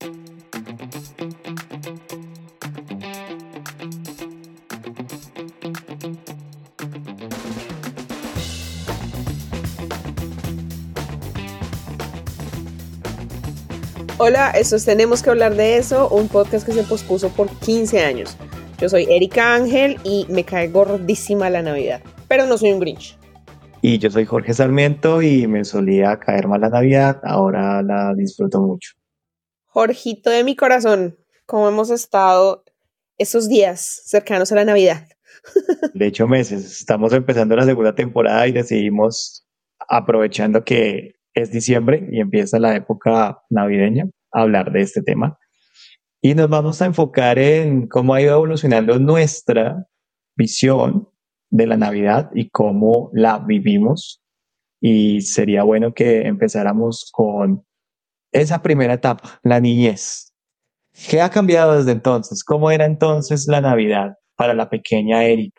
Hola, esto es Tenemos que hablar de eso, un podcast que se pospuso por 15 años. Yo soy Erika Ángel y me cae gordísima la Navidad, pero no soy un Grinch. Y yo soy Jorge Sarmiento y me solía caer mal la Navidad, ahora la disfruto mucho. Jorgito de mi corazón, ¿cómo hemos estado esos días cercanos a la Navidad? De hecho, meses, estamos empezando la segunda temporada y decidimos, aprovechando que es diciembre y empieza la época navideña, a hablar de este tema. Y nos vamos a enfocar en cómo ha ido evolucionando nuestra visión de la Navidad y cómo la vivimos. Y sería bueno que empezáramos con esa primera etapa, la niñez. ¿Qué ha cambiado desde entonces? ¿Cómo era entonces la Navidad para la pequeña Erika?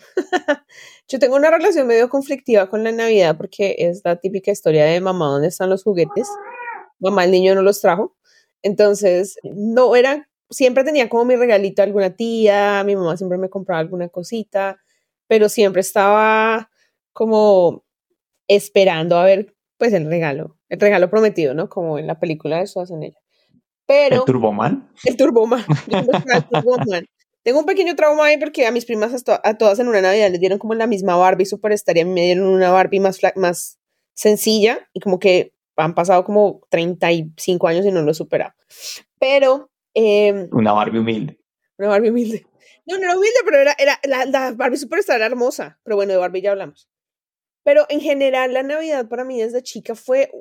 Yo tengo una relación medio conflictiva con la Navidad porque es la típica historia de mamá, ¿dónde están los juguetes? Mamá, el niño no los trajo. Entonces, no era, siempre tenía como mi regalito alguna tía, mi mamá siempre me compraba alguna cosita, pero siempre estaba como esperando a ver, pues, el regalo prometido, ¿no? Como en la película de Schwarzenegger. ¿El Pero Turboman? el Turboman, yo siempre esperaba el Turboman. Tengo un pequeño trauma ahí porque a mis primas a todas en una Navidad les dieron como la misma Barbie Superstar y a mí me dieron una Barbie más sencilla y como que han pasado como 35 años y no lo he superado. Pero Una Barbie humilde. una Barbie humilde. No, no era humilde, pero era la Barbie Superstar era hermosa. Pero bueno, de Barbie ya hablamos. Pero en general la Navidad para mí desde chica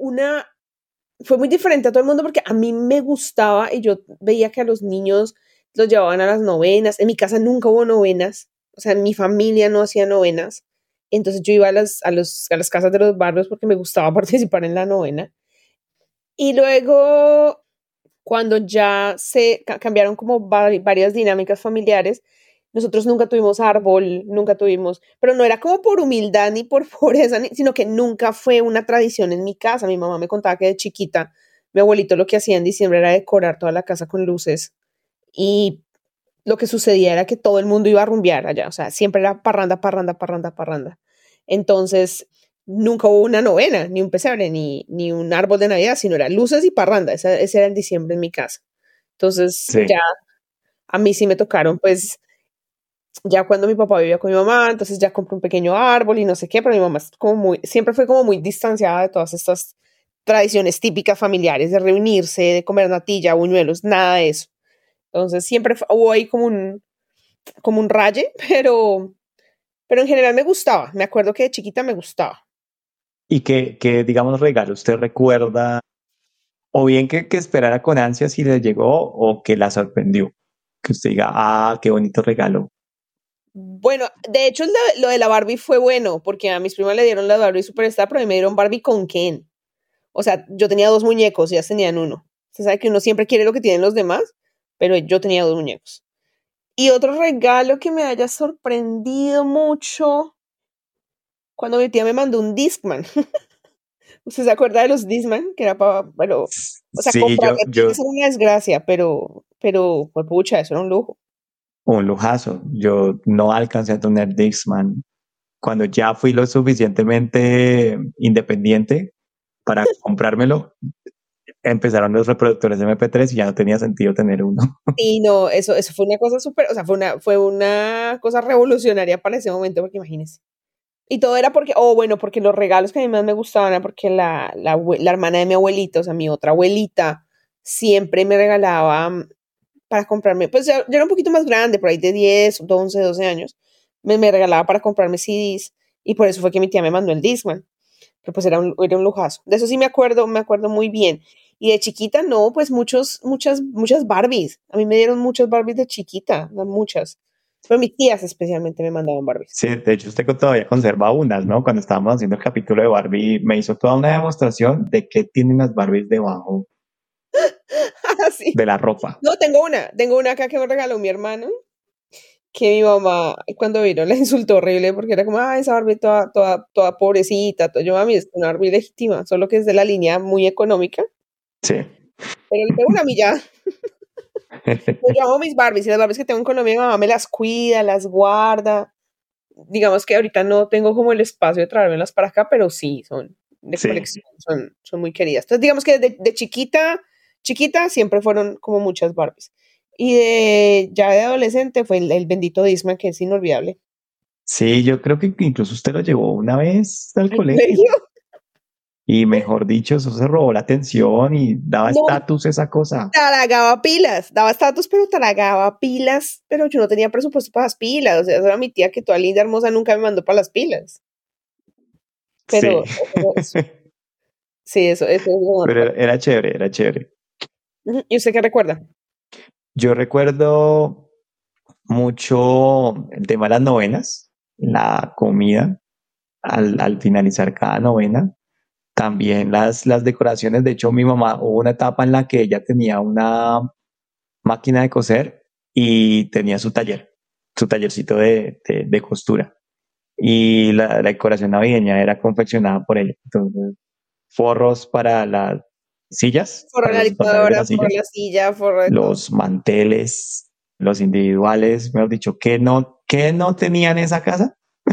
fue muy diferente a todo el mundo porque a mí me gustaba y yo veía que a los niños los llevaban a las novenas. En mi casa nunca hubo novenas, o sea, en mi familia no hacía novenas. Entonces yo iba a las casas de los barrios porque me gustaba participar en la novena. Y luego, cuando ya se cambiaron como varias dinámicas familiares, nosotros nunca tuvimos árbol, nunca tuvimos, pero no era como por humildad ni por pobreza, sino que nunca fue una tradición en mi casa. Mi mamá me contaba que de chiquita, mi abuelito lo que hacía en diciembre era decorar toda la casa con luces y lo que sucedía era que todo el mundo iba a rumbear allá, o sea, siempre era parranda, parranda, parranda, parranda. Entonces, nunca hubo una novena, ni un pesebre, ni un árbol de Navidad, sino era luces y parranda, ese era el diciembre en mi casa. Entonces, ya Sí. a mí sí me tocaron, pues, ya cuando mi papá vivía con mi mamá, entonces ya compré un pequeño árbol y no sé qué, pero mi mamá es como siempre fue como muy distanciada de todas estas tradiciones típicas familiares de reunirse, de comer natilla, buñuelos, nada de eso. Entonces siempre hubo ahí como un raye, pero en general me gustaba. Me acuerdo que de chiquita me gustaba. ¿Y qué, digamos, regalo usted recuerda? O bien que esperara con ansia si le llegó o que la sorprendió. Que usted diga, ah, qué bonito regalo. Bueno, de hecho lo de la Barbie fue bueno, porque a mis primas le dieron la Barbie Superstar, pero a mí me dieron Barbie con Ken. O sea, yo tenía dos muñecos, ellas tenían uno. Se sabe que uno siempre quiere lo que tienen los demás, pero yo tenía dos muñecos. Y otro regalo que me haya sorprendido mucho, cuando mi tía me mandó un Discman. ¿Usted se acuerda de los Discman? Que era para, bueno, o sea, Sí, comprar reptiles era una desgracia, pues pucha, eso era un lujo. un lujazo. Yo no alcancé a tener Dixman. Cuando ya fui lo suficientemente independiente para comprármelo, empezaron los reproductores de MP3 y ya no tenía sentido tener uno. Y no, eso fue una cosa súper, o sea, fue una cosa revolucionaria para ese momento, porque imagínese. Y todo era porque, bueno, porque los regalos que a mí más me gustaban era porque la hermana de mi abuelita, o sea, mi otra abuelita, siempre me regalaba para comprarme, pues ya era un poquito más grande, por ahí de 10, 11, 12 años, me regalaba para comprarme CDs y por eso fue que mi tía me mandó el Discman, pero pues era un lujazo. De eso sí me acuerdo muy bien. Y de chiquita, no, pues muchas Barbies. A mí me dieron muchas Barbies de chiquita, no muchas. Pero mis tías especialmente me mandaban Barbies. Sí, de hecho usted todavía conserva unas, ¿no? Cuando estábamos haciendo el capítulo de Barbie, me hizo toda una demostración de qué tienen las Barbies debajo Sí. de la ropa. No, tengo una acá que me regaló mi hermano, que mi mamá cuando vino la insultó horrible porque era como, esa Barbie toda, toda, toda pobrecita. Yo, mami, es una Barbie legítima, solo que es de la línea muy económica. Sí. Pero una a mí ya. Yo amo mis Barbies y las Barbies que tengo en Colombia, mi mamá me las cuida, las guarda. Digamos que ahorita no tengo como el espacio de traérmelas para acá, pero sí, son de Sí, colección, son muy queridas. Entonces, digamos que de chiquita siempre fueron como muchas Barbies. Y ya de adolescente fue el bendito Disman, que es inolvidable. sí, yo creo que incluso usted lo llevó una vez al ¿Al colegio colegio? y mejor dicho, eso se robó la atención y daba No, estatus esa cosa. tragaba pilas, daba estatus, pero tragaba pilas, pero yo no tenía presupuesto para las pilas. O sea, esa era mi tía que toda linda, hermosa, nunca me mandó para las pilas. Sí, Pero sí, eso es lo más pero fuerte. era chévere, era chévere. Ujú. ¿Y usted qué recuerda? Yo recuerdo mucho el tema de las novenas, la comida al finalizar cada novena. También las decoraciones. De hecho, mi mamá hubo una etapa en la que ella tenía una máquina de coser y tenía su taller, su tallercito de costura. Y la decoración navideña era confeccionada por ella. Entonces, forros para las sillas, Forro para la los soportadores de licuadora, la forro silla, la silla, forro de todo. los manteles, los individuales, mejor dicho, que no tenía en esa casa,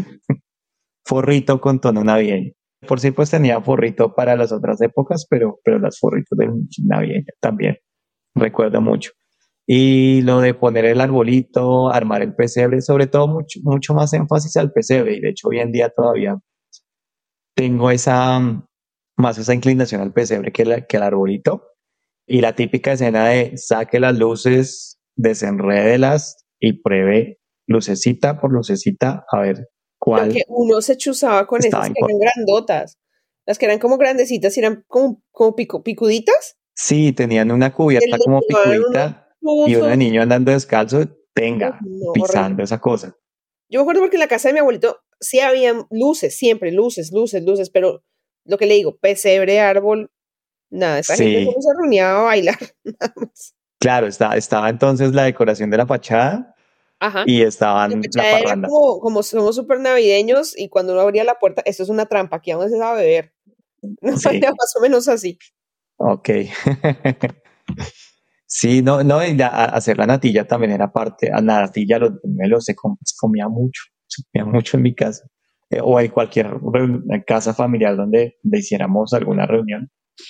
forrito con tono navideño. Por sí, pues tenía forrito para las otras épocas, pero las forritos de navideño también, recuerdo mucho. Y lo de poner el arbolito, armar el pesebre, sobre todo mucho, mucho más énfasis al pesebre. Y de hecho, hoy en día todavía tengo más esa inclinación al pesebre que al arbolito. Y la típica escena de saque las luces, desenrédelas y pruebe lucecita por lucecita a ver Lo que cuál uno se chuzaba con estaba esas en que cuál. eran grandotas. Las que eran como grandecitas y eran como picuditas. Sí, tenían una Que cubierta le como llevaban unos picudita y uno de tuzos. niño andando descalzo, Uf, tenga, no, horrible. pisando esa cosa. Yo me acuerdo porque en la casa de mi abuelito sí había luces, siempre luces, luces, luces, pero lo que le digo, pesebre, árbol, nada, esa gente solo Sí, se reunía a bailar, nada más. claro, estaba entonces la decoración de la fachada Ajá. y La estaban la fachada era parranda. como somos súper navideños y cuando uno abría la puerta, esto es una trampa, aquí vamos a beber. No, era Sí, más o menos así. ok. Sí, no, no, y hacer la natilla también era parte. A la natilla se comía mucho, se comía mucho en mi casa. O en cualquier casa familiar donde hiciéramos alguna reunión.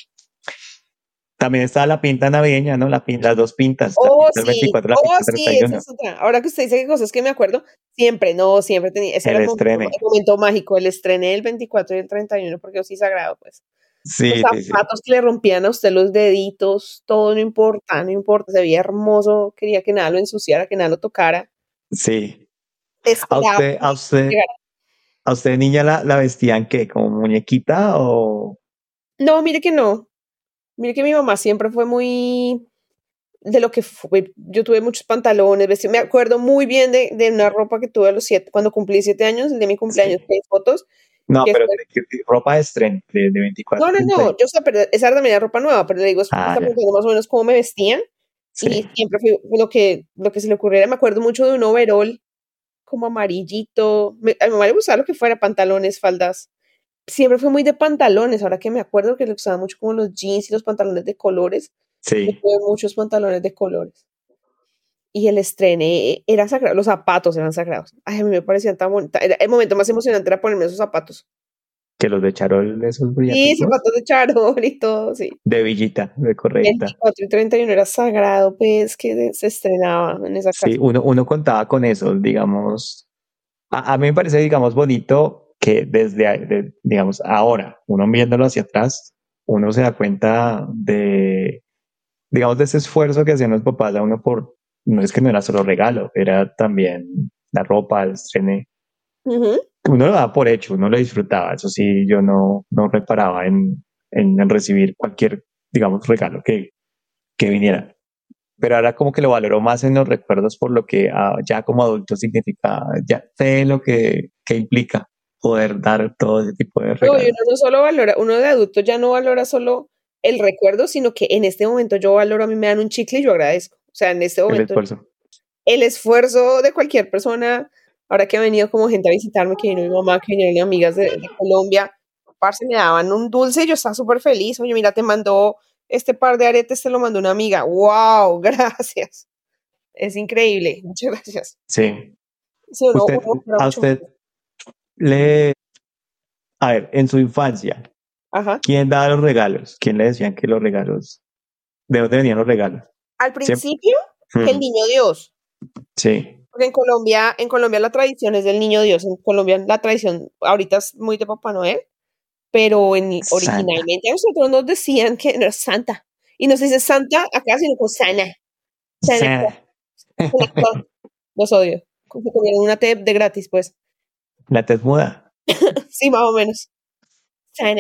También estaba la pinta navideña, ¿no? Las dos pintas, la pinta del 24 y la pinta del Sí, esa 31. es otra. Ahora que usted dice que cosas que me acuerdo, siempre, no, siempre tenía, ese era El estrene. el momento mágico, el estreno del 24 y el 31, porque yo sí sagrado, pues. Los Sí, sí, sí. zapatos que le rompían a usted los deditos, todo no importa, no importa, se veía hermoso, quería que nada lo ensuciara, que nada lo tocara, Sí. ¿A esperaba usted, a usted, llegar. a usted de niña la vestían qué? ¿Como muñequita o...? No, mire que no, mire que mi mamá siempre fue muy de lo que fue, yo tuve muchos pantalones, me acuerdo muy bien de una ropa que tuve a los 7, cuando cumplí 7 años, el de mi cumpleaños, Sí. que hay fotos, No, que pero fue, ropa de estreno, de no, 24 no, y no, 31. yo sé, pero esa era también era ropa nueva, pero le digo, Ah, está ya. preguntando más o menos cómo me vestían, y Sí. siempre fue lo que se le ocurriera, me acuerdo mucho de un overol, como amarillito. A mi mamá le gustaba lo que fuera, pantalones, faldas. Siempre fue muy de pantalones, ahora que me acuerdo que le gustaba mucho como los jeans y los pantalones de colores. Yo Sí. tuve muchos pantalones de colores. Y el estrene era sagrado, los zapatos eran sagrados. Ay, a mí me parecían tan bonitos. El momento más emocionante era ponerme esos zapatos. Que los de Charol, esos Sí, brillanticos. zapatos de charol y todo, sí. De Villita, de correcta. 24 y 31 era sagrado, pues, que se estrenaba en esa Sí, casa. uno contaba con eso, digamos. A mí me parece, digamos, bonito que digamos, ahora, uno viéndolo hacia atrás, uno se da cuenta digamos, de ese esfuerzo que hacían los papás a uno no es que no era solo regalo, era también la ropa, el estrene. Ujú. Uno lo daba por hecho, uno lo disfrutaba. Eso sí, yo no reparaba en recibir cualquier, digamos, regalo que viniera. Pero ahora como que lo valoro más en los recuerdos por lo que ya como adulto significa, ya sé lo que implica poder dar todo ese tipo de No, y uno regalos. no solo valora, uno de adulto ya no valora solo el recuerdo, sino que en este momento yo valoro, a mí me dan un chicle y yo agradezco. O sea, en este El momento esfuerzo. el esfuerzo de cualquier persona, ahora que ha venido como gente a visitarme, que vino mi mamá, que vinieron amigas de Colombia, parce, me daban un dulce y yo estaba súper feliz. Oye, mira, te mandó este par de aretes te lo mandó una amiga. ¡Wow! Gracias. Es increíble. Muchas gracias. Sí. Sí, A usted le... A ver, en su infancia, Ajá. ¿quién daba los regalos? ¿Quién le decían que los regalos? ¿De dónde venían los regalos? Al Siempre. principio, que el niño Dios. Sí. Porque en Colombia la tradición es del niño Dios. En Colombia la tradición ahorita es muy de Papá Noel, pero Santa. originalmente a nosotros nos decían que no era Santa. Y no se dice Santa acá, sino con Sana. Sana Santa. Claus. Los odio. Como que comieron una T de gratis, pues. La tez muda. Sí, más o menos. Sana.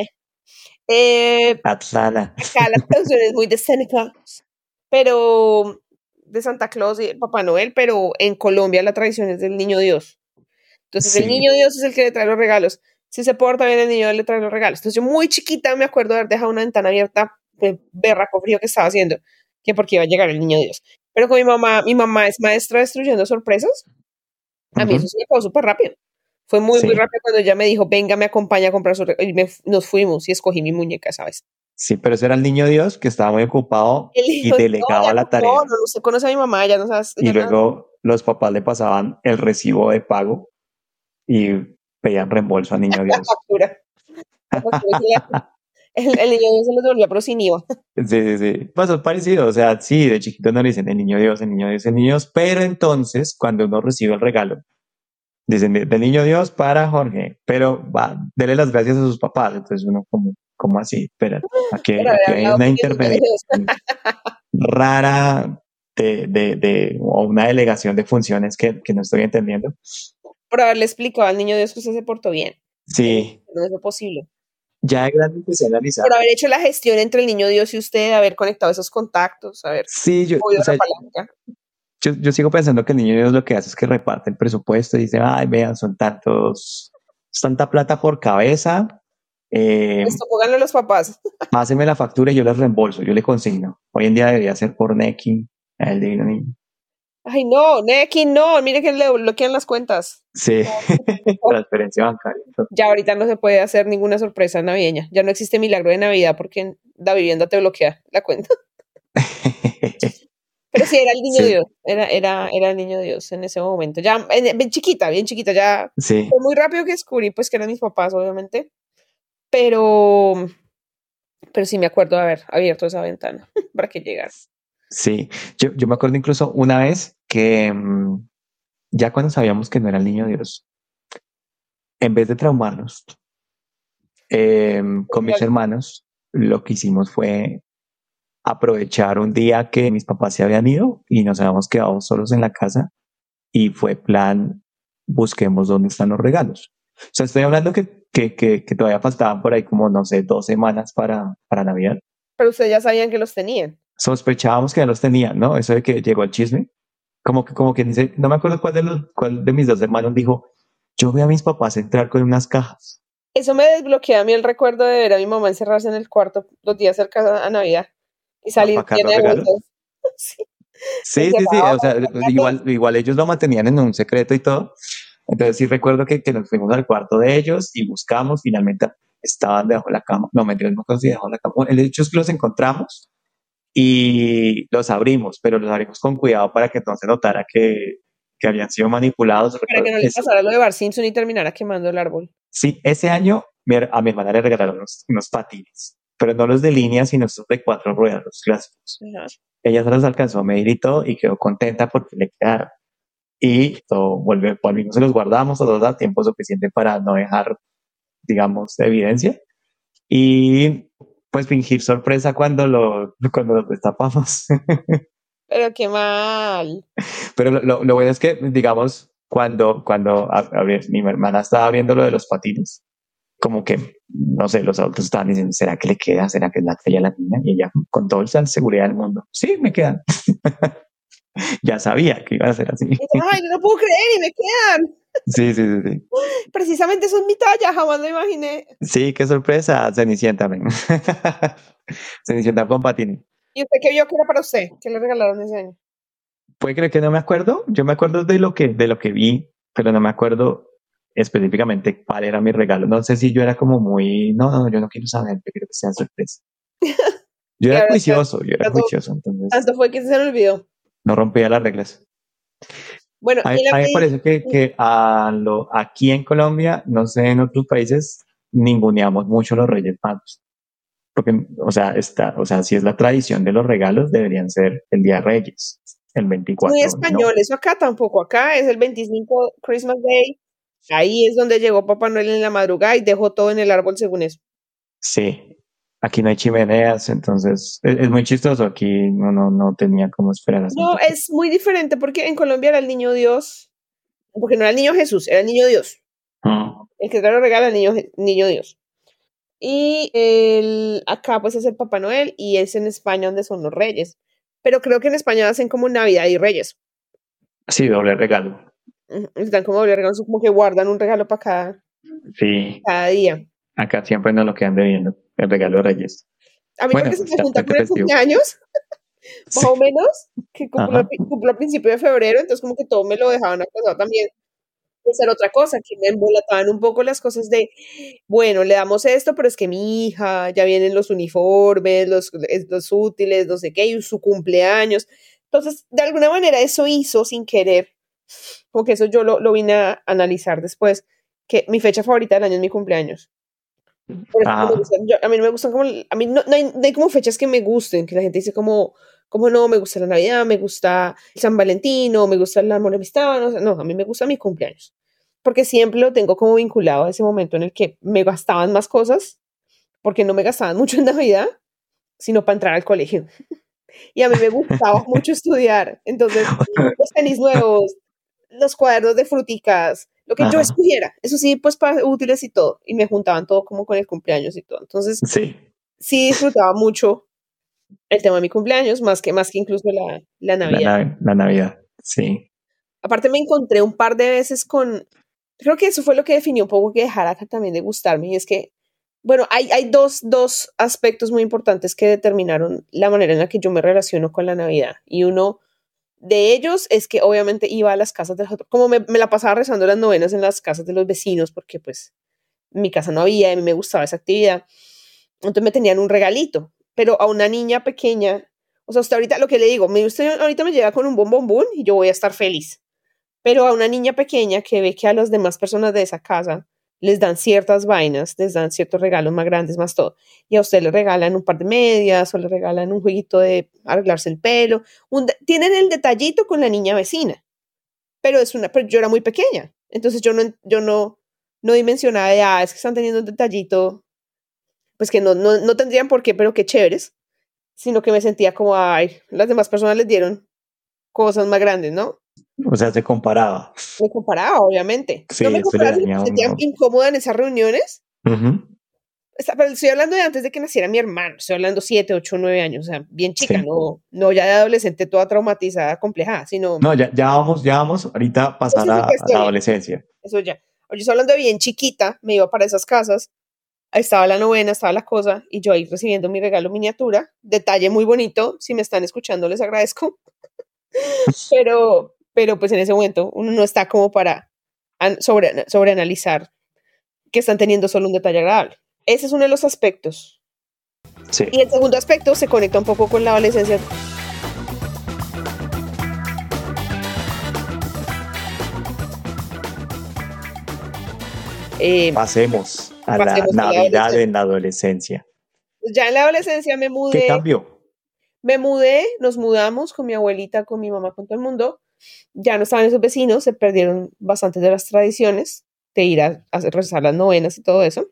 Eh, Atlana. Acá la traducción es muy de Santa Claus. Pero de Santa Claus y Papá Noel, pero en Colombia la tradición es del niño Dios. Entonces el Sí. niño Dios es el que le trae los regalos. Si se porta bien el niño Dios le trae los regalos. Entonces yo muy chiquita me acuerdo de haber dejado una ventana abierta de berraco frío que estaba haciendo, que porque iba a llegar el niño Dios. Pero con mi mamá es maestra destruyendo sorpresas. A mí eso Ujú. se me acabó súper rápido. Fue muy, muy Sí. rápido cuando ella me dijo, venga, me acompaña a comprar su y nos fuimos y escogí mi muñeca, ¿sabes? Sí, pero ese era el niño Dios que estaba muy ocupado Él y dijo, no, delegaba ya la no, tarea. no, usted conoce a mi mamá, ya no sabes, Y ya no. luego los papás le pasaban el recibo de pago y pedían reembolso al niño Dios. Factura. La factura que el niño Dios se los devolvía, pero sin IVA. Sí, sí, sí. Pasó parecido. O sea, sí, de chiquito no le dicen el niño Dios, el niño Dios, el niño Dios. Pero entonces, cuando uno recibe el regalo, dicen del niño Dios para Jorge. Pero va, dele las gracias a sus papás. Entonces uno como así, espera, Pero aquí haber hay hablado una con el niño intermediación Dios. rara o una delegación de funciones que no estoy entendiendo. Por haberle explicado al niño Dios que usted se portó bien. Sí, No es lo posible. ya de grande empecé a analizar. Por haber hecho la gestión entre el niño Dios y usted, haber conectado esos contactos, haber Sí, movido o la sea, palanca. yo sigo pensando que el niño Dios lo que hace es que reparte el presupuesto y dice, ay, vean, es tanta plata por cabeza, Les tocó ganar a los papás. pásenme la factura y yo les reembolso, yo le consigno. Hoy en día debería ser por Nequi, el divino niño. Ay, no, Neki, no, mire que le bloquean las cuentas. Sí, transferencia bancaria. Ya ahorita no se puede hacer ninguna sorpresa navideña. Ya no existe milagro de Navidad porque la vivienda te bloquea la cuenta. Pero sí, era el niño Sí, Dios. Era el niño Dios en ese momento. Ya, bien chiquita, ya. sí, Fue muy rápido que descubrí, pues, que eran mis papás, obviamente. Pero, pero sí me acuerdo de haber abierto esa ventana para que llegara. sí. Yo me acuerdo incluso una vez que ya cuando sabíamos que no era el niño Dios, en vez de traumarnos con mis hermanos, lo que hicimos fue aprovechar un día que mis papás se habían ido y nos habíamos quedado solos en la casa y fue plan, busquemos dónde están los regalos. O sea, estoy hablando que todavía faltaban por ahí como, no sé, 2 semanas para Navidad. Pero ustedes ya sabían que los tenían. Sospechábamos que ya los tenían, ¿no? Eso de que llegó el chisme. Como que dice, no me acuerdo cuál de mis dos hermanos dijo, yo vi a mis papás entrar con unas cajas. Eso me desbloquea a mí el recuerdo de ver a mi mamá encerrarse en el cuarto los días cerca a Navidad y salir ¿Para llena los de regalos? bolsas. Sí, Sí, sí, sí, encerrado, o sea, gatos. igual ellos lo mantenían en un secreto y todo. Entonces sí recuerdo que nos fuimos al cuarto de ellos y buscamos, finalmente estaban debajo de la cama, no, mentiras, no conseguí debajo de la cama. El hecho es que los encontramos y los abrimos, pero los abrimos con cuidado para que no se notara que habían sido manipulados. Para que no le pasara lo de Bar Simpson y terminara quemando el árbol. Sí, ese año a mi hermana le regalaron unos patines, pero no los de línea, sino estos de 4 ruedas, los clásicos. Ajá. Ella se los alcanzó a medir y todo y quedó contenta porque le quedaron. Y volvimos y los guardamos, todos da tiempo suficiente para no dejar, digamos, evidencia. Y pues fingir sorpresa cuando los destapamos. Pero qué mal. Pero lo bueno es que, digamos, cuando a ver, mi hermana estaba viendo lo de los patines, como que, no sé, los adultos estaban diciendo, ¿será que le queda? ¿Será que es la talla de la niña? Y ella, con toda la seguridad del mundo, sí, me quedan. Ya sabía que iba a ser así. Ay, no lo puedo creer y me quedan. Sí, sí, sí, sí. Precisamente eso es mi talla, jamás lo imaginé. Sí, qué sorpresa, Cenicienta, men. Cenicienta con patines. ¿Y usted qué vio que era para usted? ¿Qué le regalaron ese año? Puede creer que no me acuerdo. Yo me acuerdo de lo que vi, pero no me acuerdo específicamente cuál era mi regalo. No sé si yo era como muy, no, yo no quiero saber, yo quiero que sea sorpresa. Yo Y era ahora juicioso, tanto, entonces tanto fue que se me olvidó. no rompía las reglas. Bueno, A, y en la a mí me medida, parece que aquí en Colombia, no sé, en otros países, ninguneamos mucho los Reyes Magos. Porque, o sea, si es la tradición de los regalos, deberían ser el Día de Reyes, el es muy 24, ¿no? español, eso acá tampoco, acá es el 25 Christmas Day, ahí es donde llegó Papá Noel en la madrugada y dejó todo en el árbol según eso. Sí, aquí no hay chimeneas, entonces es muy chistoso. Aquí no tenía cómo esperar a No, Santa Claus. es muy diferente porque en Colombia era el niño Dios, porque no era el niño Jesús, era el niño Dios. Mm. El que trae los regalos al niño Dios. Y acá pues es el Papá Noel y es en España donde son los reyes. Pero creo que en España hacen como Navidad y Reyes. Sí, doble regalo. Están como doble regalo, como que guardan un regalo para Sí, cada día. acá siempre nos lo quedan debiendo, el regalo de Reyes. A mí Bueno, porque se me está junta bastante con el festivo. cumpleaños, más Sí, o menos, que ajá. cumplo a principio de febrero, entonces como que todo me lo dejaban aplazado también. Esa era otra cosa, que me embolataban un poco las cosas de, bueno, le damos esto, pero es que mi hija, ya vienen los uniformes, los útiles, no sé qué, y su cumpleaños. Entonces, de alguna manera eso hizo sin querer, como que eso yo lo vine a analizar después, que mi fecha favorita del año es mi cumpleaños. Por eso no me Ajá. gustan, a mí no me gustan como, a mí no hay como fechas que me gusten, que la gente dice como no, me gusta la Navidad, me gusta San Valentín, o me gusta el amor y amistad, no, no, a mí me gusta mi cumpleaños, porque siempre lo tengo como vinculado a ese momento en el que me gastaban más cosas, porque no me gastaban mucho en Navidad, sino para entrar al colegio. Y a mí me gustaba mucho estudiar, entonces los tenis nuevos, los cuadernos de fruticas, lo que yo Ajá. estuviera, eso sí, pues para útiles y todo, y me juntaban todo como con el cumpleaños y todo. Entonces, Sí, sí disfrutaba mucho el tema de mi cumpleaños, más que incluso la Navidad. la Navidad. Sí, Aparte me encontré un par de veces creo que eso fue lo que definió un poco que dejara también de gustarme, y es que, bueno, hay dos aspectos muy importantes que determinaron la manera en la que yo me relaciono con la Navidad, y uno de ellos es que obviamente iba a las casas de los otros, como me la pasaba rezando las novenas en las casas de los vecinos, porque pues en mi casa no había, y a mí me gustaba esa actividad. Entonces me tenían un regalito, pero a una niña pequeña, o sea, hasta ahorita lo que le digo, usted ahorita me llega con un bombombón y yo voy a estar feliz, pero a una niña pequeña que ve que a las demás personas de esa casa les dan ciertas vainas, les dan ciertos regalos más grandes, más todo, y a usted le regalan un par de medias o le regalan un jueguito de arreglarse el pelo, tienen el detallito con la niña vecina, pero yo era muy pequeña, entonces yo no dimensionaba de, es que están teniendo un detallito, pues que no tendrían por qué, pero qué chéveres, sino que me sentía como, ay, las demás personas les dieron cosas más grandes, ¿no? o sea, se comparaba. Me comparaba, obviamente. No Sí, me eso le comparaba, sino que daña me a sentía uno. incómoda en esas reuniones. Ujú. Pero estoy hablando de antes de que naciera mi hermano, estoy hablando 7, 8, 9 años, o sea, bien chica, Sí. no ya de adolescente toda traumatizada, compleja, sino, No, ya vamos ahorita a pasar esa es otra a la historia, adolescencia. eso ya. Yo estoy hablando de bien chiquita, me iba para esas casas, estaba la novena, estaba la cosa, y yo ahí recibiendo mi regalo miniatura, detalle muy bonito, si me están escuchando les agradezco, pero pues en ese momento uno no está como para sobreanalizar que están teniendo solo un detalle agradable. Ese es uno de los aspectos. Sí. Y el segundo aspecto se conecta un poco con la adolescencia. Pasemos a la Pasemos a la Navidad adolescencia. en la adolescencia. Ya en la adolescencia ¿Qué cambió? nos mudamos con mi abuelita, con mi mamá, con todo el mundo. Ya no estaban esos vecinos, se perdieron bastantes de las tradiciones de ir a rezar las novenas y todo eso.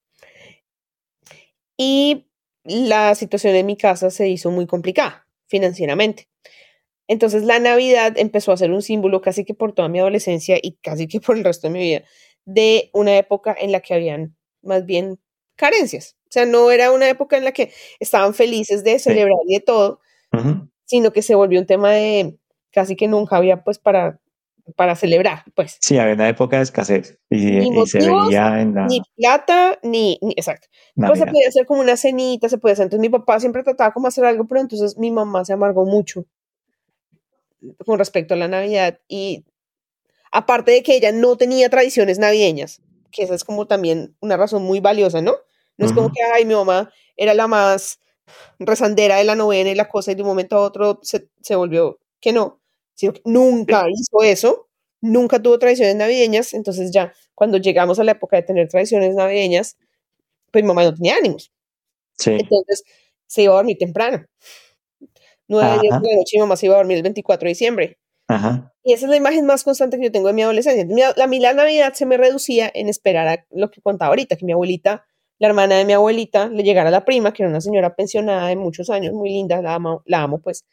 Y la situación en mi casa se hizo muy complicada financieramente. Entonces la Navidad empezó a ser un símbolo casi que por toda mi adolescencia y casi que por el resto de mi vida de una época en la que habían más bien carencias. O sea, no era una época en la que estaban felices de Sí. celebrar y de todo, Ujú. sino que se volvió un tema de casi que nunca había pues para celebrar, pues. Sí, había una época de escasez Ni y se motivos, veía en ni la plata, exacto. Pues se Navidad. podía hacer como una cenita, se podía hacer. Entonces mi papá siempre trataba como hacer algo, pero entonces mi mamá se amargó mucho con respecto a la Navidad y aparte de que ella no tenía tradiciones navideñas, que esa es como también una razón muy valiosa, ¿no? No es como Ujú. que, ay, mi mamá era la más rezandera de la novena y la cosa, y de un momento a otro se volvió que no, sino que nunca hizo eso, nunca tuvo tradiciones navideñas, entonces ya, cuando llegamos a la época de tener tradiciones navideñas, pues mi mamá no tenía ánimos, Sí. entonces se iba a dormir temprano, 9, 10 Ajá, de la noche, mi mamá se iba a dormir el 24 de diciembre, ajá. y esa es la imagen más constante que yo tengo de mi adolescencia. A mí la Navidad se me reducía en esperar a lo que contaba ahorita, que mi abuelita, la hermana de mi abuelita, le llegara la prima, que era una señora pensionada de muchos años, muy linda, la amo pues.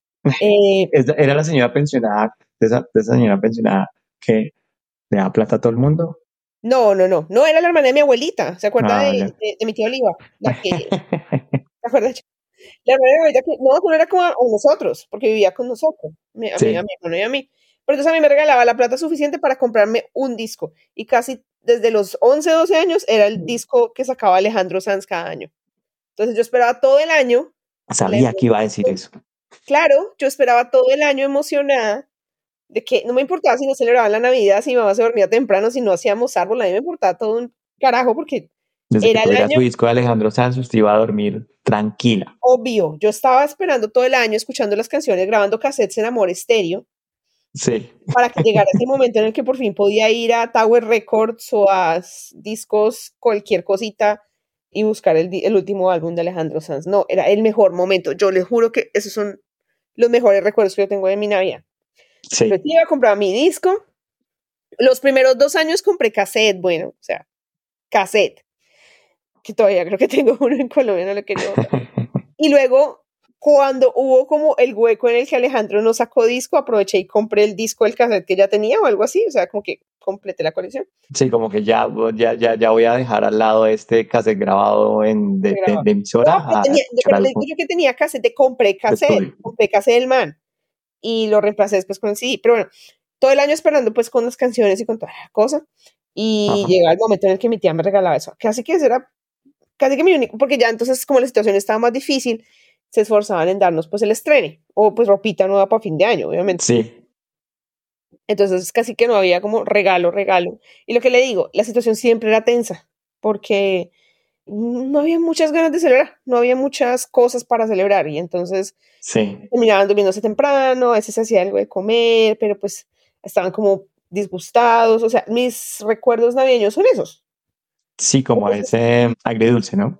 Era la señora pensionada, de esa señora pensionada que le da plata a todo el mundo. No, no, no, no era la hermana de mi abuelita, ¿se acuerda Ah, ya. de mi tía Oliva? La que, ¿se acuerda? La hermana de mi abuelita que, no, no era como a nosotros, porque vivía con nosotros, a Sí. mi hermano y a mí. Pero entonces a mí me regalaba la plata suficiente para comprarme un disco, y casi desde los 11, 12 años era el disco que sacaba Alejandro Sanz cada año. Entonces yo esperaba todo el año, la Sabía que iba a decir emoción, eso. claro, yo esperaba todo el año emocionada de que no me importaba si no celebraban la Navidad, si mi mamá se dormía temprano, si no hacíamos árbol, a mí me importaba todo un carajo porque Desde que era el tuviera año su disco de Alejandro Sanz, usted iba a dormir tranquila. obvio. Yo estaba esperando todo el año, escuchando las canciones, grabando cassettes en Amor Estéreo, Sí. para que llegara ese momento en el que por fin podía ir a Tower Records o a discos, cualquier cosita, y buscar el último álbum de Alejandro Sanz. No, era el mejor momento. Yo les juro que esos son los mejores recuerdos que yo tengo de mi Navidad. Entonces Sí. iba a comprar mi disco. Los primeros 2 años compré cassette, bueno, o sea, cassette, que todavía creo que tengo uno en Colombia, no lo quería botar. Y luego, cuando hubo como el hueco en el que Alejandro no sacó disco, aproveché y compré el disco del cassette que ya tenía o algo así, o sea, como que completé la colección. Sí, como que ya voy a dejar al lado este cassette grabado Se grababa. de No, emisora pero, a escuchar pero le digo algo yo que tenía cassette, de estudio. compré cassette del man y lo reemplacé después con el CD. Pero bueno, todo el año esperando pues con las canciones y con toda la cosa. Y Ajá. llegaba el momento en el que mi tía me regalaba eso. Casi que eso era casi que mi único, porque ya entonces como la situación estaba más difícil, se esforzaban en darnos pues el estrene o pues ropita nueva para fin de año, obviamente. Sí, Entonces casi que no había como regalo, regalo. Y lo que le digo, la situación siempre era tensa, porque no había muchas ganas de celebrar, no había muchas cosas para celebrar y entonces sí. terminaban durmiéndose temprano, a veces se hacía algo de comer, pero pues estaban como disgustados, o sea, mis recuerdos navideños son esos. Sí, como ese agridulce, ¿no?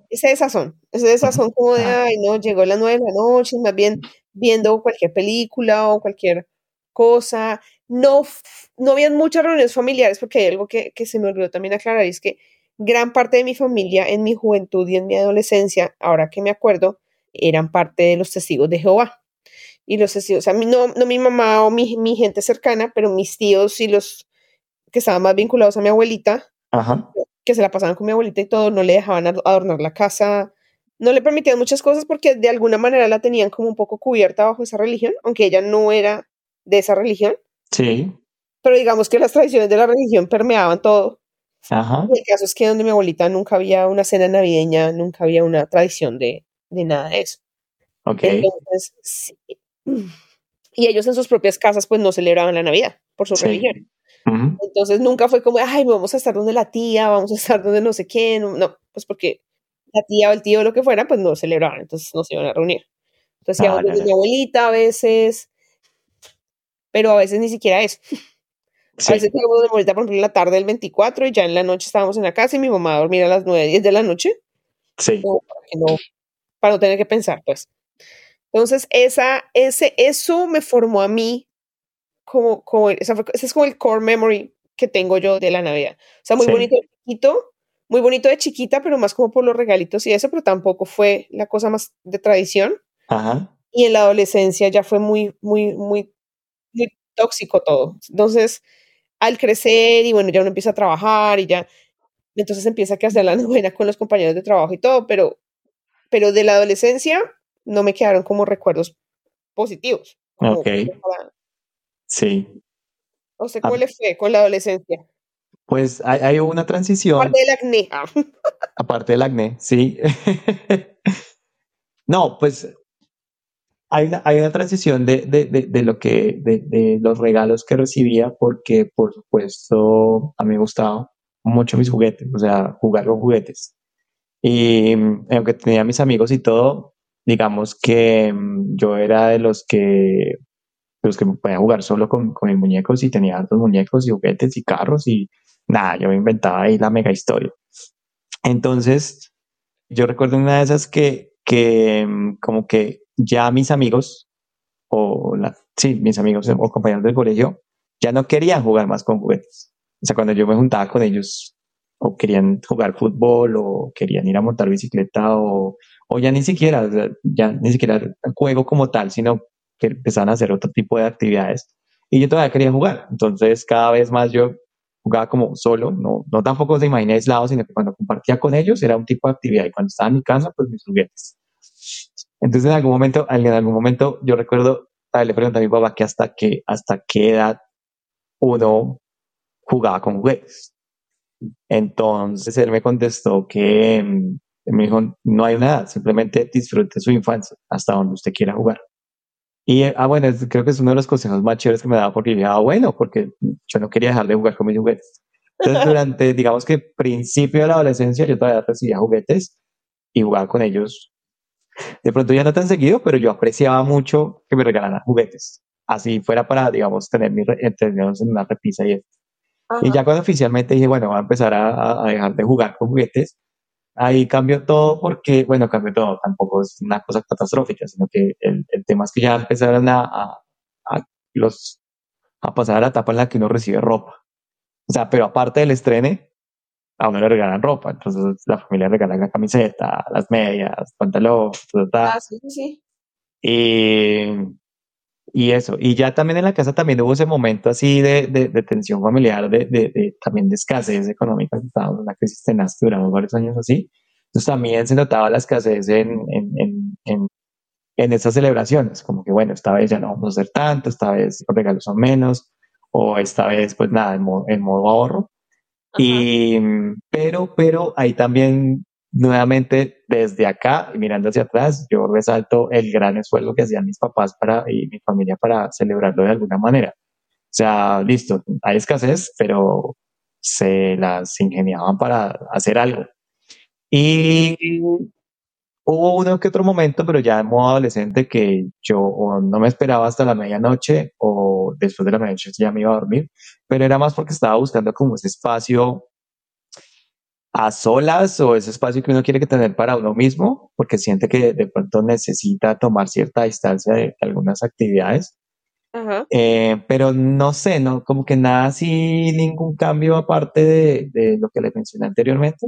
Ese de Ujú. sazón como de, Ah, ay, no, llegó las 9 de la noche, más bien viendo cualquier película o cualquier cosa. No, no habían muchas reuniones familiares porque hay algo que se me olvidó también aclarar, y es que gran parte de mi familia en mi juventud y en mi adolescencia, ahora que me acuerdo, eran parte de los testigos de Jehová. Y los testigos, o sea, no mi mamá o mi gente cercana, pero mis tíos y los que estaban más vinculados a mi abuelita, ajá. que se la pasaban con mi abuelita y todo, no le dejaban adornar la casa, no le permitían muchas cosas porque de alguna manera la tenían como un poco cubierta bajo esa religión, aunque ella no era de esa religión, Sí, pero digamos que las tradiciones de la religión permeaban todo. ajá. Y el caso es que donde mi abuelita nunca había una cena navideña, nunca había una tradición de nada de eso. Ok. Entonces, sí. Y ellos en sus propias casas pues no celebraban la Navidad por su Sí. religión. Ujú. Entonces nunca fue como, ay, vamos a estar donde la tía, vamos a estar donde no sé qué, no, no, pues porque la tía o el tío o lo que fuera, pues no celebraban, entonces no se iban a reunir. Entonces íbamos Ah, ya, donde mi ya. abuelita a veces, pero a veces ni siquiera eso. A veces Sí, íbamos donde mi abuelita, por ejemplo, en la tarde del 24 y ya en la noche estábamos en la casa y mi mamá a dormir a las 9 10 de la noche, sí, como para no tener que pensar, pues. Entonces, eso me formó a mí ese es como el core memory que tengo yo de la Navidad. O sea, muy bonito sí. de chiquito, muy bonito de chiquita, pero más como por los regalitos y eso, pero tampoco fue la cosa más de tradición. Ajá. Y en la adolescencia ya fue muy, muy, muy, muy tóxico todo. Entonces, al crecer y bueno, ya uno empieza a trabajar y ya, entonces empieza a hacer la novena con los compañeros de trabajo y todo, pero de la adolescencia no me quedaron como recuerdos positivos, Ok. como para, Sí. no sé Ah, cómo le fue con la adolescencia. pues hay una transición, Aparte del acné. aparte del acné, sí. No, pues hay una transición de lo de los regalos que recibía, porque por supuesto a mí me gustaba mucho mis juguetes, o sea, jugar con juguetes. Y aunque tenía mis amigos y todo, digamos que yo era de los que podía jugar solo con mis muñecos y tenía hartos muñecos y juguetes y carros y nada, yo me inventaba ahí la mega historia. Entonces, yo recuerdo una de esas que como que ya mis amigos sí, mis amigos o compañeros del colegio ya no querían jugar más con juguetes. O sea, cuando yo me juntaba con ellos o querían jugar fútbol o querían ir a montar bicicleta o ya ni siquiera, o sea, ya ni siquiera juego como tal, sino que empezaban a hacer otro tipo de actividades y yo todavía quería jugar. Entonces, cada vez más yo jugaba como solo, no tampoco se imagina aislado, sino que cuando compartía con ellos era un tipo de actividad y cuando estaba en mi casa, pues mis juguetes. Entonces, en algún momento, yo recuerdo, le pregunté a mi papá que hasta qué edad uno jugaba con juguetes. Entonces, él me contestó que, me dijo, no hay una edad, simplemente disfrute su infancia hasta donde usted quiera jugar. Y, bueno, creo que es uno de los consejos más chéveres que me daba porque dije, bueno, porque yo no quería dejar de jugar con mis juguetes. Entonces, durante, digamos que principio de la adolescencia, yo todavía recibía juguetes y jugaba con ellos de pronto ya no tan seguido, pero yo apreciaba mucho que me regalaran juguetes. Así fuera para, digamos, tenerlos en una repisa y eso. Y Ajá. ya cuando oficialmente dije, bueno, voy a empezar a dejar de jugar con juguetes, ahí cambió todo porque, bueno, cambió todo, tampoco es una cosa catastrófica, sino que el tema es que ya empezaron a los, a pasar a la etapa en la que uno recibe ropa. O sea, pero aparte del estrene, a uno le regalan ropa, entonces la familia regala la camiseta, las medias, pantalón, Ah, sí, sí, sí. y, y eso. Y ya también en la casa también hubo ese momento así de tensión familiar, también de escasez económica. Estábamos en una crisis tenaz, duramos varios años así. Entonces también se notaba la escasez en esas celebraciones, como que bueno, esta vez ya no vamos a hacer tanto, esta vez los regalos son menos, o esta vez pues nada, en modo ahorro. Ajá. Y, pero ahí también, nuevamente, desde acá, mirando hacia atrás, yo resalto el gran esfuerzo que hacían mis papás y mi familia para celebrarlo de alguna manera. O sea, listo, hay escasez, pero se las ingeniaban para hacer algo. Y hubo uno que otro momento, pero ya en modo adolescente, que yo o no me esperaba hasta la medianoche o después de la medianoche ya me iba a dormir, pero era más porque estaba buscando como ese espacio a solas o ese espacio que uno quiere que tener para uno mismo, porque siente que de pronto necesita tomar cierta distancia de algunas actividades. Ajá. Pero no sé, no, como que nada así, ningún cambio aparte de lo que les mencioné anteriormente.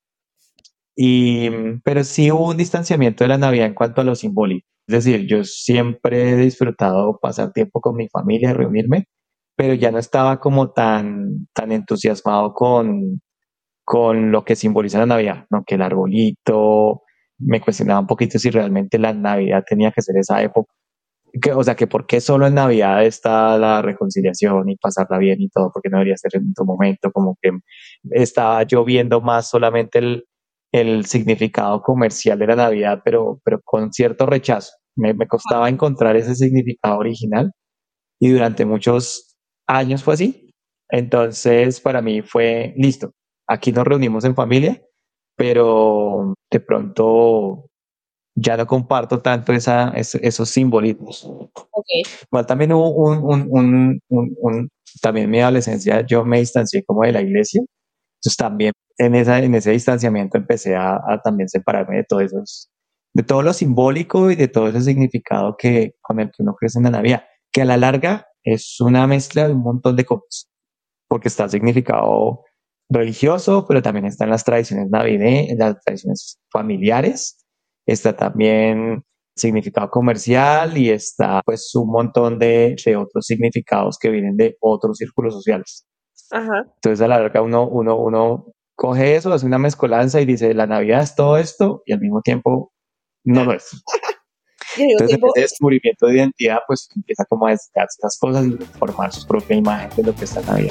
Pero sí hubo un distanciamiento de la Navidad en cuanto a lo simbólico. Es decir, yo siempre he disfrutado pasar tiempo con mi familia, reunirme, pero ya no estaba como tan entusiasmado con lo que simboliza la Navidad, ¿no? Que el arbolito, me cuestionaba un poquito si realmente la Navidad tenía que ser esa época. O sea, que por qué solo en Navidad está la reconciliación y pasarla bien y todo, porque no debería ser en otro momento, como que estaba yo viendo más solamente el significado comercial de la Navidad, pero con cierto rechazo. Me costaba encontrar ese significado original y durante muchos años fue así. Entonces, para mí fue listo. Aquí nos reunimos en familia, pero de pronto ya no comparto tanto esos simbolismos. Ok. Igual también hubo también en mi adolescencia yo me distancié como de la iglesia. Entonces también en ese distanciamiento empecé a también separarme de de todo lo simbólico y de todo ese significado con el que uno crece en la Navidad, que a la larga es una mezcla de un montón de cosas, porque está el significado religioso, pero también están las tradiciones navideñas, las tradiciones familiares, está también significado comercial y está pues un montón de otros significados que vienen de otros círculos sociales. Ajá. Entonces a la larga uno coge eso, hace una mezcolanza y dice, la Navidad es todo esto y al mismo tiempo no lo es. Y al mismo Entonces en tiempo, ese descubrimiento de identidad pues empieza como a descartar estas cosas y formar su propia imagen de lo que es la Navidad.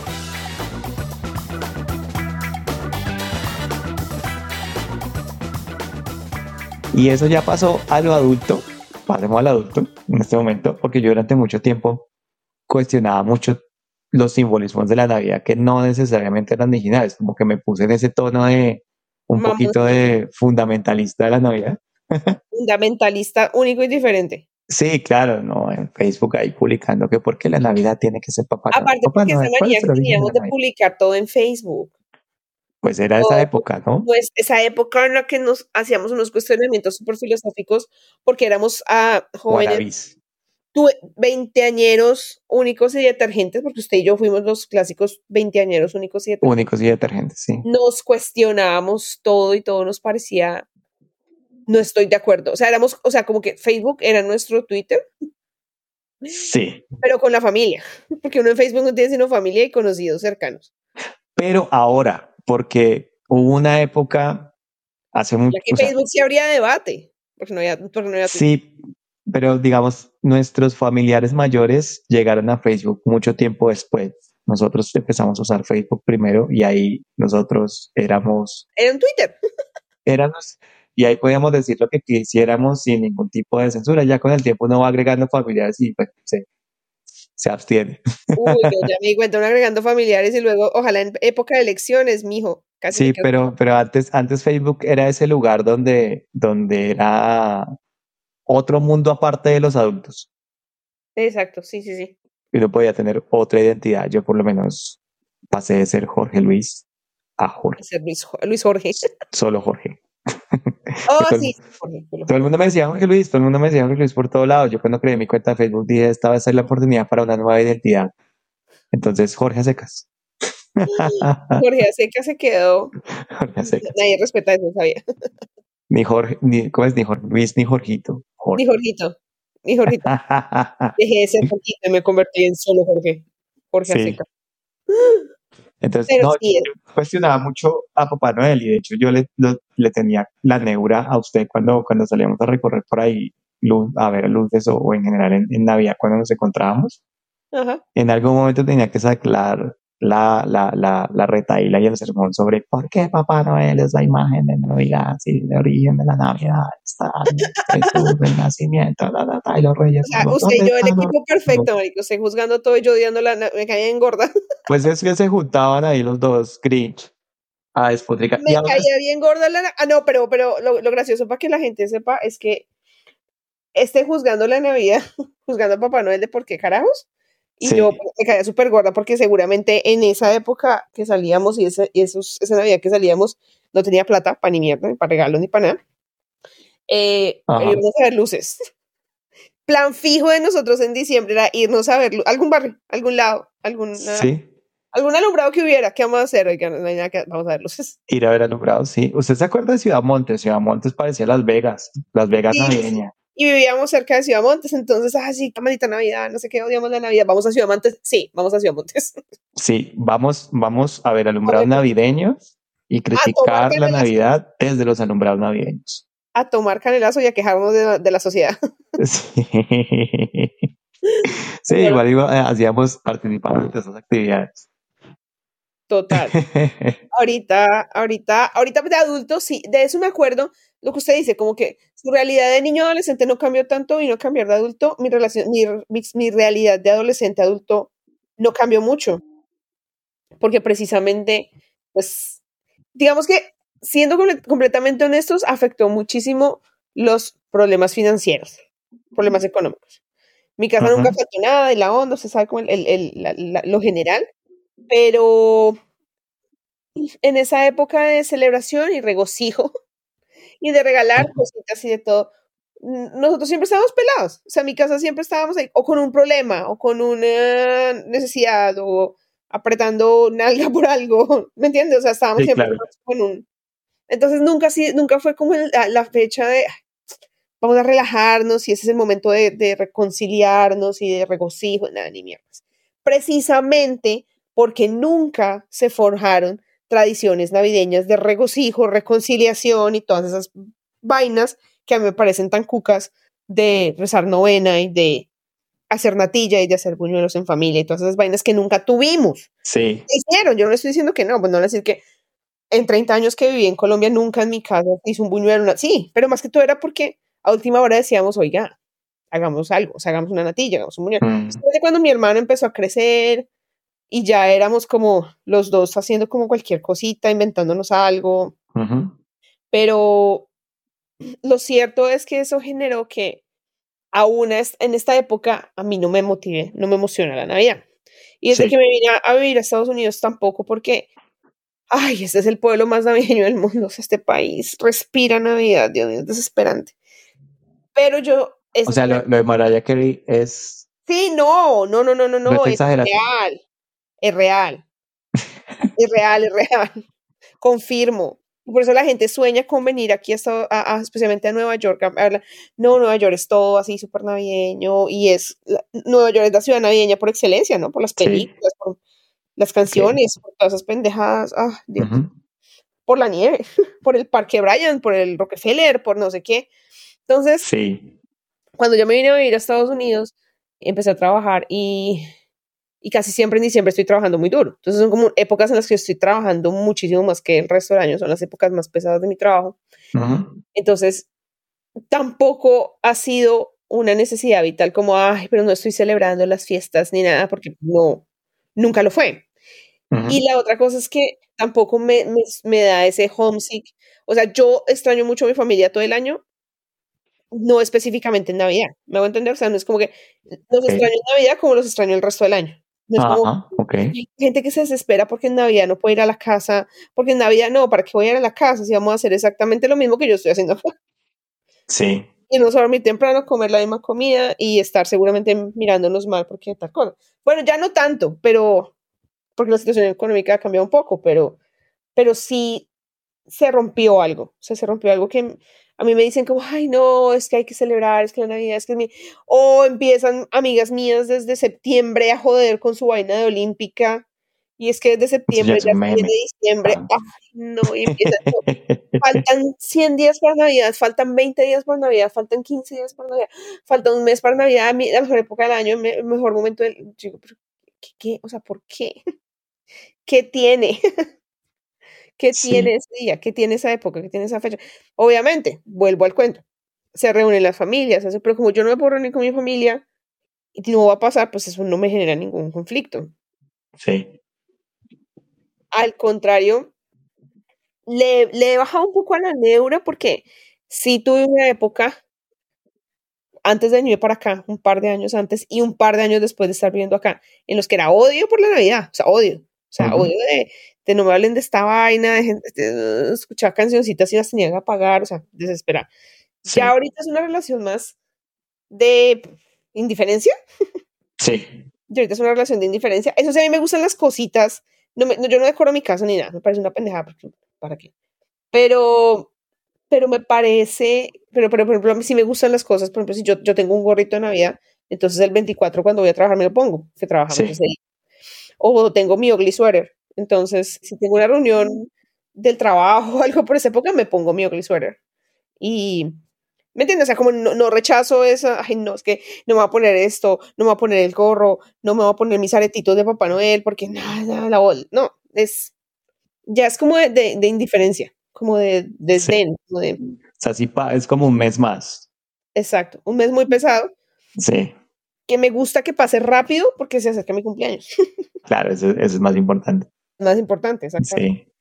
Y eso ya pasó a lo adulto, pasemos al adulto en este momento, porque yo durante mucho tiempo cuestionaba mucho los simbolismos de la Navidad que no necesariamente eran originales, como que me puse en ese tono de un mamón. poquito de fundamentalista de la Navidad. Fundamentalista, único y diferente. Sí, claro, no, en Facebook ahí publicando que porque la Navidad tiene que ser Papá Noel. Aparte, Papá porque esa Noel, ¿cuál manía es el que origen de teníamos la de Navidad? publicar todo en Facebook. Pues era esa Todo, época, ¿no? pues, esa época en la que nos hacíamos unos cuestionamientos súper filosóficos porque éramos jóvenes, Guarabís, veinteañeros únicos y detergentes, porque usted y yo fuimos los clásicos veinteañeros únicos y detergentes. únicos y detergentes, sí. Nos cuestionábamos todo y todo nos parecía, no estoy de acuerdo. O sea, como que Facebook era nuestro Twitter, Sí, pero con la familia, porque uno en Facebook no tiene sino familia y conocidos cercanos. pero ahora, porque hubo una época hace mucho, Ya que o sea, Facebook sí habría debate, porque no había Twitter. sí, pero digamos, nuestros familiares mayores llegaron a Facebook mucho tiempo después. Nosotros empezamos a usar Facebook primero y ahí nosotros Era un Twitter. éramos, y ahí podíamos decir lo que quisiéramos sin ningún tipo de censura. Ya con el tiempo uno va agregando familiares y pues se abstiene. Uy, yo ya me di cuenta, uno agregando familiares y luego, ojalá en época de elecciones, mijo, casi me Sí, quedo. pero antes Facebook era ese lugar donde era otro mundo aparte de los adultos. Exacto, sí, sí, sí. Y uno podía tener otra identidad. Yo por lo menos pasé de ser Jorge Luis a Jorge, Ese es Luis Jorge. solo Jorge. Que Oh, todo, sí, Jorge, todo el mundo me decía Jorge Luis, todo el mundo me decía Jorge Luis por todos lados. Yo cuando creé mi cuenta de Facebook dije, esta va a ser la oportunidad para una nueva identidad. Entonces, Jorge a secas. Jorge Aseca se quedó. Jorge a secas. Nadie respeta eso, sabía. Ni Jorge, ¿cómo es? Ni Jorge Luis, ni Jorgito. Ni Jorge. Jorgito, ni Jorgito. Dejé de ser Jorgito y me convertí en solo Jorge. Jorge Sí. Aseca. Entonces, Pero no, sí, yo cuestionaba mucho a Papá Noel y de hecho yo le tenía la neura a usted cuando salíamos a recorrer por ahí a ver luces o en general en Navidad cuando nos encontrábamos. ajá. En algún momento tenía que sacar la retahíla y el sermón sobre por qué Papá Noel es la imagen de Navidad, sí, el origen de la Navidad, está Jesús, el nacimiento, y los O reyes sea, magos, usted ¿dónde y yo, el están los equipo reyes magos? perfecto, marico. Usted juzgando todo y yo odiando me caía en gorda. Pues es que se juntaban ahí los dos Grinch a despotricar. Y Me ahora caía bien gorda no, pero lo gracioso para que la gente sepa es que esté juzgando la Navidad, juzgando a Papá Noel de por qué carajos. Y yo sí, pues, me caía súper gorda porque seguramente en esa época que salíamos esa Navidad que salíamos no tenía plata para ni mierda, ni para regalos, ni para nada. ajá, Íbamos a ver luces. Plan fijo de nosotros en diciembre era irnos a ver algún barrio, algún lado, sí. algún alumbrado que hubiera. ¿Qué vamos a hacer? Oigan, no hay nada que vamos a ver luces. Ir a ver alumbrados, sí. ¿Usted se acuerda de Ciudad Montes? Ciudad Montes parecía Las Vegas Sí, navideñas. y vivíamos cerca de Ciudad Montes, entonces, sí, qué maldita Navidad, no sé qué, odiamos la Navidad, vamos a Ciudad Montes, sí, vamos a Ciudad Montes. Sí, vamos a ver A alumbrados ver, navideños y a tomar criticar la canelazo, Navidad desde los alumbrados navideños. a tomar canelazo y a quejarnos de la sociedad. Sí, sí Bueno, hacíamos participar de esas actividades. total. Ahorita de adulto, sí, de eso me acuerdo, lo que usted dice, como que su realidad de niño adolescente no cambió tanto, vino a cambiar de adulto, mi realidad de adolescente adulto no cambió mucho, porque precisamente, pues, digamos que siendo completamente honestos, afectó muchísimo los problemas financieros, problemas económicos. Mi casa nunca Ujú. faltó nada y la onda, se sabe como lo general, pero en esa época de celebración y regocijo y de regalar cositas y de todo, nosotros siempre estábamos pelados. O sea, en mi casa siempre estábamos ahí, o con un problema, o con una necesidad, o apretando nalga por algo, ¿me entiendes? O sea, estábamos Sí, siempre claro. con un... Entonces nunca fue como la fecha de vamos a relajarnos y ese es el momento de reconciliarnos y de regocijo, nada, ni mierdas. Precisamente porque nunca se forjaron tradiciones navideñas de regocijo, reconciliación y todas esas vainas que a mí me parecen tan cucas de rezar novena y de hacer natilla y de hacer buñuelos en familia y todas esas vainas que nunca tuvimos. Sí, Se hicieron, yo no le estoy diciendo que no, pues no le decir que en 30 años que viví en Colombia, nunca en mi casa hice un buñuelo, sí, pero más que todo era porque a última hora decíamos, oiga, hagamos algo, o sea, hagamos una natilla, hagamos un buñuelo. mm, Después de cuando mi hermano empezó a crecer y ya éramos como los dos haciendo como cualquier cosita, inventándonos algo, ujú. pero lo cierto es que eso generó que aún en esta época a mí no me motive, no me emociona la Navidad. Y desde que Sí, me vine a vivir a Estados Unidos tampoco, porque, ay, este es el pueblo más navideño del mundo, o sea, este país respira Navidad, Dios mío, es desesperante. Pero yo, o esa es sea, una... lo de Mariah Carey Sí, no, no, no, no, no, no no, es es exageración. real, es real, es real, es real. Confirmo. Y por eso la gente sueña con venir aquí especialmente a Nueva York. No, Nueva York es todo así súper navideño y Nueva York es la ciudad navideña por excelencia, ¿no? Por las Sí, películas, por las ok. canciones, por todas esas pendejadas. Ah, Dios. Ujú, Por la nieve, por el Parque Bryan, por el Rockefeller, por no sé qué. Entonces, sí, cuando yo me vine a vivir a Estados Unidos, empecé a trabajar y casi siempre en diciembre estoy trabajando muy duro. Entonces son como épocas en las que estoy trabajando muchísimo más que el resto del año, son las épocas más pesadas de mi trabajo. ujú, Entonces, tampoco ha sido una necesidad vital como, ay, pero no estoy celebrando las fiestas ni nada, porque no, nunca lo fue. Y ujú. la otra cosa es que tampoco me da ese homesick. O sea, yo extraño mucho a mi familia todo el año, no específicamente en Navidad. ¿Me hago entender? O sea, no es como que los extraño Ok. en Navidad como los extraño el resto del año. No es como Ajá, ok. hay gente que se desespera porque en Navidad no puede ir a la casa, porque en Navidad no, ¿para qué voy a ir a la casa si vamos a hacer exactamente lo mismo que yo estoy haciendo acá? Sí, Irnos a dormir temprano, comer la misma comida y estar seguramente mirándonos mal porque tal cosa. Bueno, ya no tanto, pero porque la situación económica ha cambiado un poco, pero sí se rompió algo, o sea, se rompió algo que a mí me dicen como, ay, no, es que hay que celebrar, es que la Navidad, es que es mi... O empiezan amigas mías desde septiembre a joder con su vaina de olímpica, y es que desde eso ya septiembre es ya un se viene meme. diciembre, Ah. ay, no, y empieza, no, faltan 100 días para Navidad, faltan 20 días para Navidad, faltan 15 días para Navidad, falta un mes para Navidad, la mejor época del año, el mejor momento del... Yo digo, pero, ¿qué? O sea, ¿por qué? ¿Qué tiene? ¿Qué tiene Sí, ese día? ¿Qué tiene esa época? ¿Qué tiene esa fecha? Obviamente, vuelvo al cuento. Se reúnen las familias, pero como yo no me puedo reunir con mi familia y no va a pasar, pues eso no me genera ningún conflicto. sí. Al contrario, le he bajado un poco a la neura porque sí tuve una época antes de venir para acá, un par de años antes y un par de años después de estar viviendo acá, en los que era odio por la Navidad, o sea, Ujú, odio de no me hablen de esta vaina, de gente, escuchar cancioncitas y las tenía que apagar, o sea, desesperada. Ya sí, ahorita es una relación más de indiferencia. sí, Ya ahorita es una relación de indiferencia. Eso sí, a mí me gustan las cositas. Yo no decoro mi casa ni nada. Me parece una pendejada. ¿Para qué? Pero, pero me parece, pero por ejemplo, a mí sí me gustan las cosas. Por ejemplo, si yo tengo un gorrito de Navidad, entonces el 24 cuando voy a trabajar me lo pongo, que trabajamos ese sí, día. O tengo mi ugly sweater. Entonces, si tengo una reunión del trabajo o algo por esa época, me pongo mi ugly sweater. Y, ¿me entiendes? O sea, como no, no rechazo esa, ay, no, es que no me voy a poner esto, no me voy a poner el gorro, no me voy a poner mis aretitos de Papá Noel, porque nada, no, ya es como de indiferencia, como de sí. desdén, como de, O sea, sí es como un mes más. exacto, un mes muy pesado, Sí, que me gusta que pase rápido porque se acerca mi cumpleaños, claro, eso es más importante. más importante, exactamente. Sí.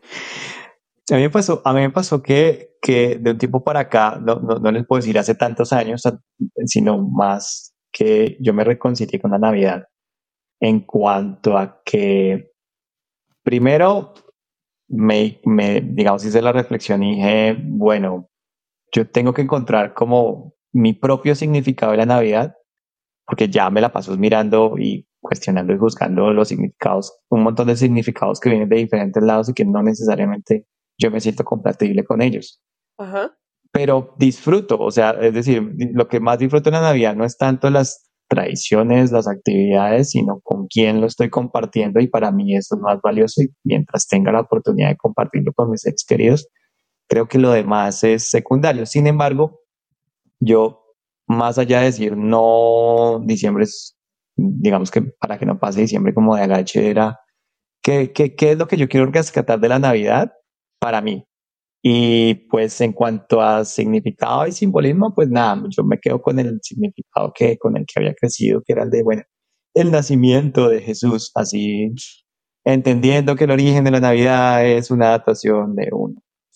A mí me pasó que de un tiempo para acá, no les puedo decir hace tantos años, sino más que yo me reconcilié con la Navidad en cuanto a que primero digamos, hice la reflexión y dije, bueno, yo tengo que encontrar como mi propio significado de la Navidad, porque ya me la paso mirando y cuestionando y buscando los significados, un montón de significados que vienen de diferentes lados y que no necesariamente yo me siento compatible con ellos. Ajá, Pero disfruto, o sea, es decir, lo que más disfruto en la Navidad no es tanto las tradiciones, las actividades, sino con quién lo estoy compartiendo y para mí eso es más valioso y mientras tenga la oportunidad de compartirlo con mis seres queridos, creo que lo demás es secundario. Sin embargo, yo, más allá de decir no, diciembre es, digamos que para que no pase diciembre como de agache, era qué es lo que yo quiero rescatar de la Navidad para mí. Y pues en cuanto a significado y simbolismo, pues nada, yo me quedo con el significado con el que había crecido, que era el de, bueno, el nacimiento de Jesús, así entendiendo que el origen de la Navidad es una adaptación de uno.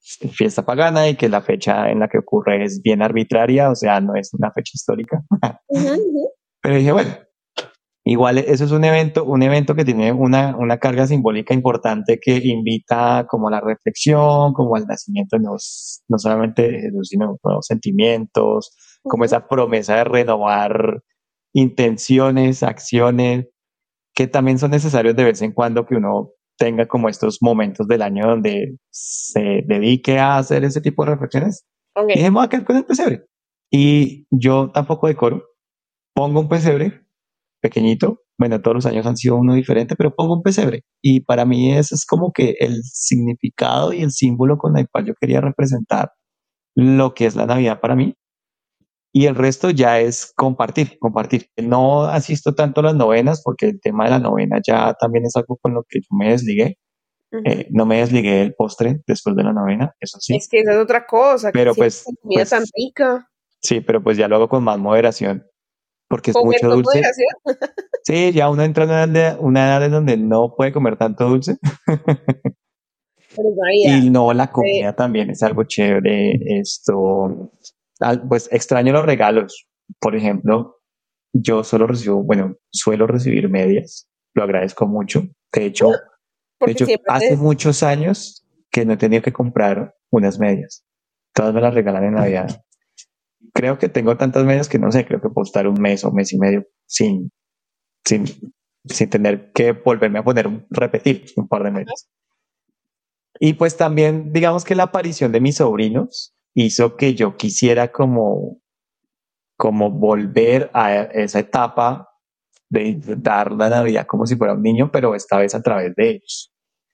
fiesta pagana y que la fecha en la que ocurre es bien arbitraria, o sea, no es una fecha histórica. Pero dije, bueno, igual eso es un evento que tiene una carga simbólica importante que invita como a la reflexión, como al nacimiento de no solamente de Jesús, sino de nuevos sentimientos, como esa promesa de renovar intenciones, acciones, que también son necesarios de vez en cuando que uno tenga como estos momentos del año donde se dedique a hacer ese tipo de reflexiones. Y dije, me voy a quedar con el pesebre. Y yo tampoco decoro, pongo un pesebre pequeñito. Bueno, todos los años han sido uno diferente, pero pongo un pesebre. Y para mí ese es como que el significado y el símbolo con el cual yo quería representar lo que es la Navidad para mí. Y el resto ya es compartir, compartir. No asisto tanto a las novenas porque el tema de la novena ya también es algo con lo que yo me desligué. No me desligué del postre después de la novena, eso sí. Es que esa es otra cosa, que Pero siempre es comida tan rica. Sí, pero pues ya lo hago con más moderación porque es ¿Comer mucho con dulce. moderación? Sí, ya uno entra en una edad en donde no puede comer tanto dulce. Pero María, Y no, la comida también es algo chévere. Pues extraño los regalos. Por ejemplo, yo suelo recibir medias. Lo agradezco mucho. De hecho, porque siempre hace muchos años que no he tenido que comprar unas medias. Todas me las regalan en Navidad. Creo que tengo tantas medias que no sé, creo que puedo estar un mes o mes y medio sin, sin tener que volverme a repetir un par de medias. Y pues también, digamos que la aparición de mis sobrinos hizo que yo quisiera como volver a esa etapa de disfrutar la Navidad como si fuera un niño, pero esta vez a través de ellos.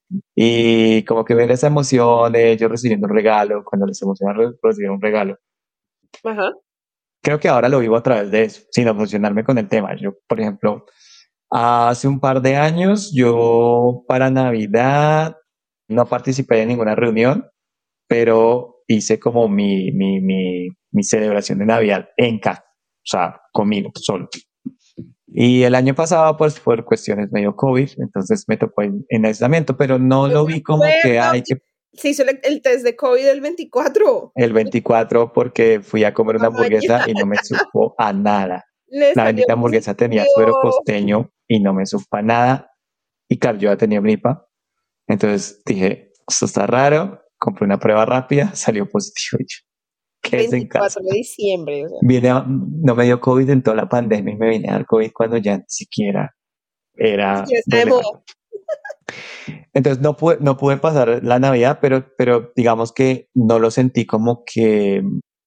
Y como que ver esa emoción de ellos recibiendo un regalo, cuando les emociona recibir un regalo. Ajá. Creo que ahora lo vivo a través de eso, sin obsesionarme con el tema. Yo, por ejemplo, hace un par de años, yo para Navidad no participé en ninguna reunión, pero hice como mi celebración de Navidad en casa, o sea, conmigo solo. Y el año pasado, pues por cuestiones medio COVID, entonces me tocó en aislamiento, pero no lo vi como que hay que... Se hizo el test de COVID el 24. El 24 porque fui a comer una hamburguesa y no me supo a nada. La bendita hamburguesa tenía suero costeño y no me supo a nada. Y claro, yo ya tenía gripa. Entonces dije, esto está raro. Compré una prueba rápida, salió positivo. Y yo, ¿qué es en casa? 24 de diciembre. O sea. No me dio COVID en toda la pandemia y me vine a dar COVID cuando ya ni siquiera era relevante. Entonces no pude pasar la Navidad, pero digamos que no lo sentí como que,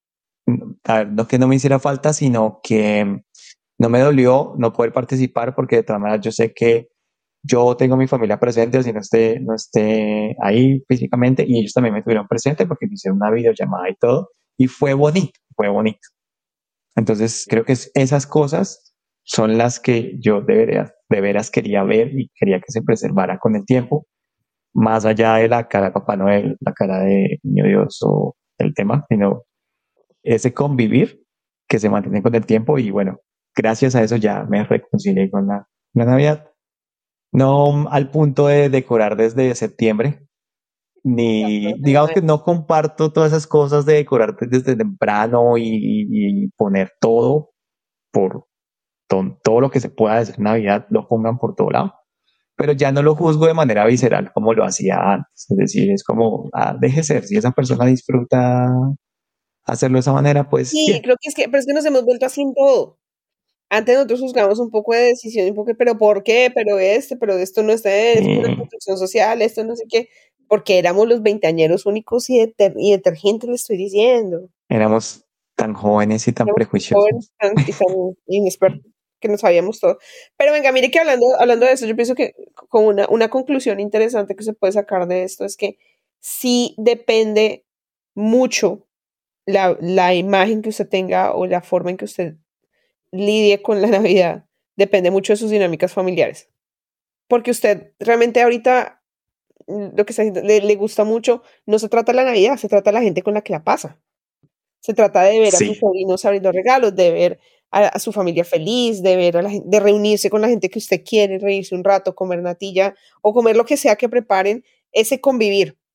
a ver, no que no me hiciera falta, sino que no me dolió no poder participar porque de todas maneras yo sé que yo tengo mi familia presente, así no esté ahí físicamente, y ellos también me tuvieron presente porque me hicieron una videollamada y todo, y fue bonito, fue bonito. Entonces creo que esas cosas son las que yo de veras quería ver y quería que se preservara con el tiempo, más allá de la cara de Papá Noel, la cara de Niño Dios o el tema, sino ese convivir que se mantiene con el tiempo y bueno, gracias a eso ya me reconcilié con la Navidad. No al punto de decorar desde septiembre, ni digamos que no comparto todas esas cosas de decorar desde temprano y poner todo por todo lo que se pueda hacer en Navidad, lo pongan por todo lado. Pero ya no lo juzgo de manera visceral como lo hacía antes. Es decir, es como, deje ser, si esa persona disfruta hacerlo de esa manera, pues sí, bien. creo que pero es que nos hemos vuelto así en todo. Antes nosotros juzgamos un poco de decisión, un poco, pero ¿por qué? Pero esto no está es una construcción social, esto no sé qué, porque éramos los veinteañeros únicos y detergentes, le estoy diciendo. Éramos tan jóvenes y tan Éramos jóvenes prejuiciosos. y tan inexpertos que no sabíamos todo. Pero venga, mire que hablando de eso, yo pienso que como una conclusión interesante que se puede sacar de esto es que sí depende mucho la imagen que usted tenga o la forma en que usted lidie con la Navidad, depende mucho de sus dinámicas familiares. Porque usted realmente ahorita lo que está haciendo le gusta mucho, no se trata de la Navidad, se trata de la gente con la que la pasa. Se trata de ver a sus Sí, sobrinos abriendo regalos, de ver a su familia feliz, de ver de reunirse con la gente que usted quiere, reírse un rato, comer natilla o comer lo que sea que preparen, ese convivir.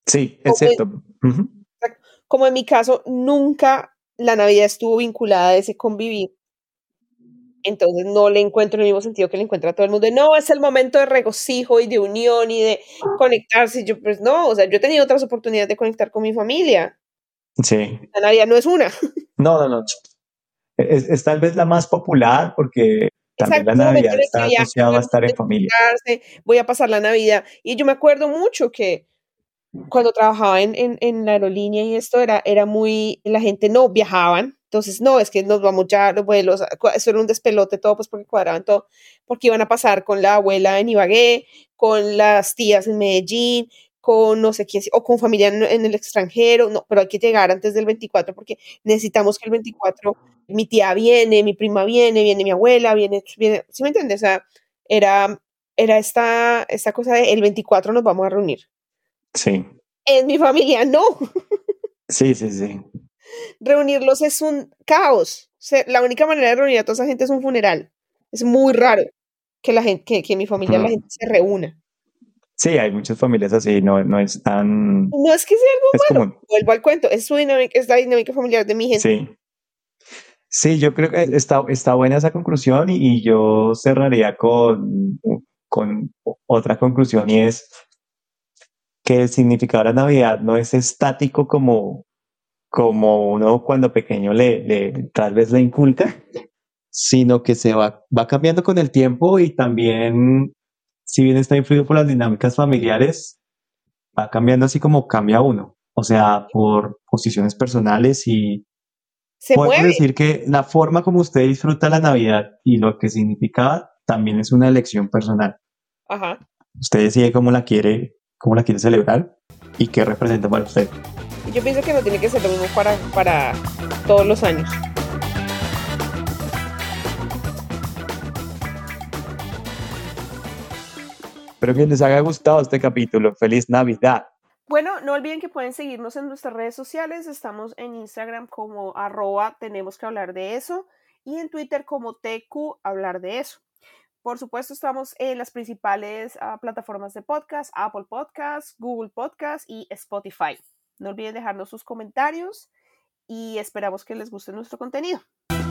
Sí, es Como en, cierto. Ujú. como en mi caso, nunca la Navidad estuvo vinculada a ese convivir. Entonces no le encuentro el mismo sentido que le encuentra a todo el mundo. No, es el momento de regocijo y de unión y de conectarse. Y yo, pues no, o sea, yo he tenido otras oportunidades de conectar con mi familia. Sí. La Navidad no es una. No, no, no. Es tal vez la más popular porque también Exacto, la es un momento Navidad en el está que viajan, asociada a estar en familia. encontrarse, voy a pasar la Navidad. Y yo me acuerdo mucho que cuando trabajaba en la aerolínea y esto era muy, la gente no viajaban, entonces no, es que nos vamos ya, los vuelos, eso era un despelote todo, pues porque cuadraban todo, porque iban a pasar con la abuela en Ibagué, con las tías en Medellín, con no sé quién, o con familia en el extranjero, no, pero hay que llegar antes del 24 porque necesitamos que el 24 mi tía viene, mi prima viene, viene mi abuela, viene, ¿sí me entiendes? O sea, era, era esta cosa de el 24 nos vamos a reunir. Sí, En mi familia no. sí, sí, sí. Reunirlos es un caos. La única manera de reunir a toda esa gente es un funeral. Es muy raro que la gente, que en mi familia la Mm. gente se reúna. Sí, hay muchas familias así, no, no es tan, No es que sea algo es malo, común. vuelvo al cuento, es su dinámica, es la dinámica familiar de mi gente. Sí, sí, yo creo que está buena esa conclusión y yo cerraría con otra conclusión y es que el significado de la Navidad no es estático como uno cuando pequeño tal vez le inculca, sino que va cambiando con el tiempo y también, si bien está influido por las dinámicas familiares, va cambiando así como cambia uno, o sea, por posiciones personales y Se podemos mueve. decir que la forma como usted disfruta la Navidad y lo que significa también es una elección personal. Ajá. Usted decide cómo la quiere celebrar y qué representa para usted. Y yo pienso que no tiene que ser lo mismo para todos los años. Espero que les haya gustado este capítulo. ¡Feliz Navidad! Bueno, no olviden que pueden seguirnos en nuestras redes sociales. Estamos en Instagram como @tenemos que hablar de eso y en Twitter como TQ hablar de eso. Por supuesto, estamos en las principales plataformas de podcast, Apple Podcasts, Google Podcasts y Spotify. No olviden dejarnos sus comentarios y esperamos que les guste nuestro contenido.